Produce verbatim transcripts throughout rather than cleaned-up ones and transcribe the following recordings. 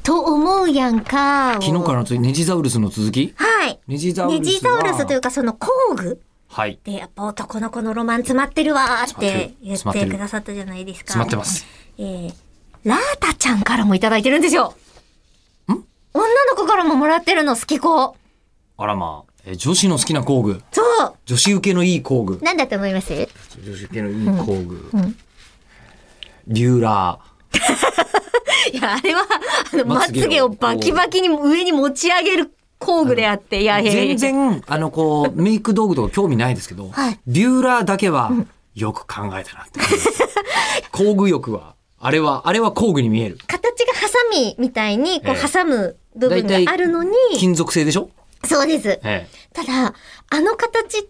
と思うやんか。 昨日からの続き、ネジザウルスの続き。 はい。 ネジザウルスは。 ネジザウルスというかその工具。 はい。 で、やっぱ男の子のロマン詰まってるわーって言ってくださったじゃないですか。 詰まってます。 えー、ラータちゃんからもいただいてるんですよ。ん？女の子からももらってるの、好き子。 あらまあ、え女子の好きな工具。 そう。 女子受けのいい工具。 なんだと思います？ 女子受けのいい工具。 うんうん、 ビューラー。いや、あれは、あの、まつげをバキバキに上に持ち上げる工具であって、いやいやいや全然、あの、こう、メイク道具とか興味ないですけど、はい、ビューラーだけは、よく考えたなって。工具欲は、あれは、あれは工具に見える。 形がハサミみたいに、こう、挟む部分があるのに。 金属製でしょ？ そうです。ええ、ただ、あの形って、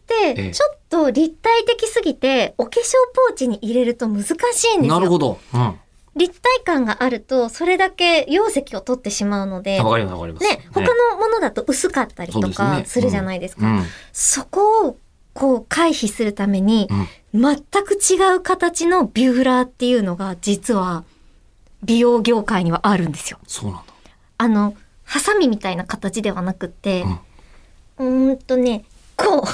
ちょっと立体的すぎて、お化粧ポーチに入れると難しいんですよ。 なるほど。うん、 立体感があると、それだけ容積を取ってしまうので、 わかりますわかります。 ね、他のものだと薄かったりとかするじゃないですか。そ, す、ねうん、そこを、こう、回避するために、うん、全く違う形のビューラーっていうのが、実は、美容業界にはあるんですよ。 そうなんだ。 あの、ハサミみたいな形ではなくって、うん、うーんとね、こう。あの、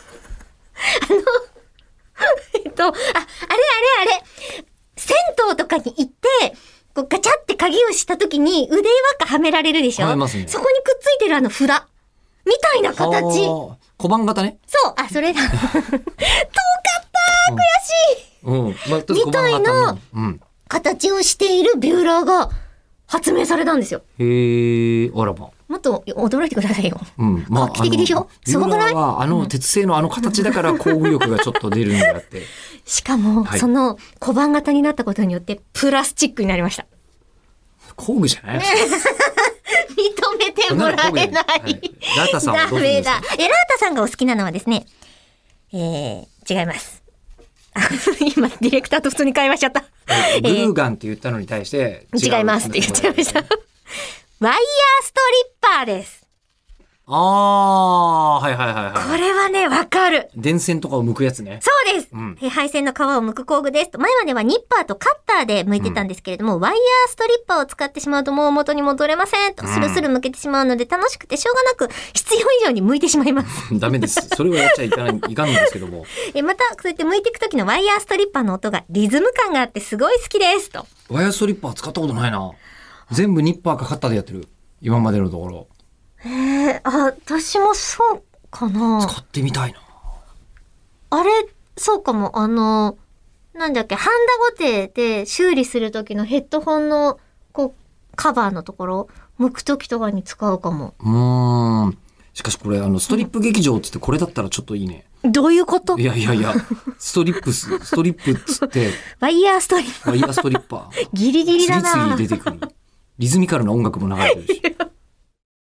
えっと、あ、あれあれあれ、銭湯とかに行って、こうガチャって鍵をしたときに腕輪がはめられるでしょ？はめますね。そこにくっついてるあの札。みたいな形。 小判型ね。 そう、あ、それだ。遠かったー、悔しい。 うん。うん、まあ、 みたいな形をしているビューラーが発明されたんですよ。 へー、あらば。 もっと驚いてくださいよ。 うん。まあ、 画期的でしょ？すごくない？ はあの鉄製のあの形だから工具力がちょっと出るんだって。 しかも、はい、その小判型になったことによってプラスチックになりました。 工具じゃない？ 認めてもらえない。はい、 ラータさんはどうですか？ ダメだ。え、ラータさんがお好きなのはですね、えー、違います。今、ディレクターと普通に会話しちゃった。 グルーガンって言ったのに対して、 えー、違いますって言っちゃいました。ワイヤーストリッパーです。 ああー、はいはいはいはい。 これはね、わかる。 電線とかを剥くやつね。 そうです。うん、配線の皮を剥く工具ですと。前まではニッパーとカッターで剥いてたんですけれども、うん、ワイヤーストリッパーを使ってしまうともう元に戻れませんと、スルスル剥けてしまうので楽しくてしょうがなく必要以上に剥いてしまいます。 ダメです。それはやっちゃいかない、いかんのですけども。 え、また、そうやって剥いていく時のワイヤーストリッパーの音がリズム感があってすごい好きですと。 ワイヤーストリッパー使ったことないな。全部ニッパーかカッターでやってる。今までのところ。 へえ、あ、私もそうかな。 使ってみたいな。 あれ、そうかも。あの、なんだっけ、ハンダゴテで修理する時のヘッドホンの、こう、カバーのところ、剥く時とかに使うかも。 うーん。しかしこれ、あの、ストリップ劇場っつってこれだったらちょっといいね。 どういうこと？ いやいやいや、ストリップス、ストリップっつって。 ワイヤーストリッパー。 ワイヤーストリッパー。 ギリギリだな。 次々出てくる。リズミカルな音楽も流れてるし。